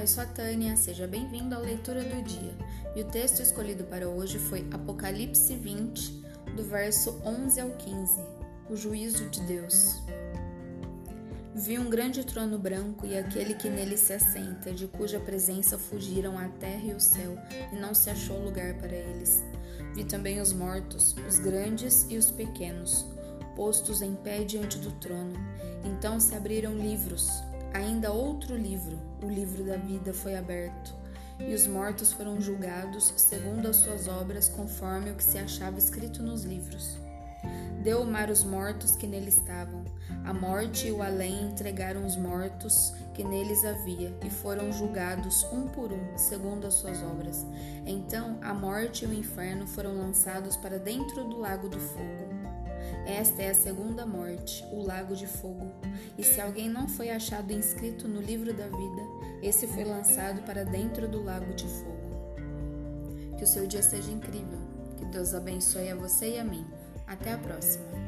eu sou a Tânia, seja bem-vindo à leitura do dia. E o texto escolhido para hoje foi Apocalipse 20, do verso 11 ao 15, o juízo de Deus. Vi um grande trono branco e aquele que nele se assenta, de cuja presença fugiram a terra e o céu, e não se achou lugar para eles. Vi também os mortos, os grandes e os pequenos, postos em pé diante do trono. Então se abriram livros. Ainda outro livro, o livro da vida, foi aberto, e os mortos foram julgados segundo as suas obras, conforme o que se achava escrito nos livros. Deu o mar os mortos que nele estavam. A morte e o além entregaram os mortos que neles havia, e foram julgados um por um, segundo as suas obras. Então a morte e o inferno foram lançados para dentro do lago do fogo. Esta é a segunda morte, o lago de fogo. E se alguém não foi achado inscrito no livro da vida, esse foi lançado para dentro do lago de fogo. Que o seu dia seja incrível. Que Deus abençoe a você e a mim. Até a próxima.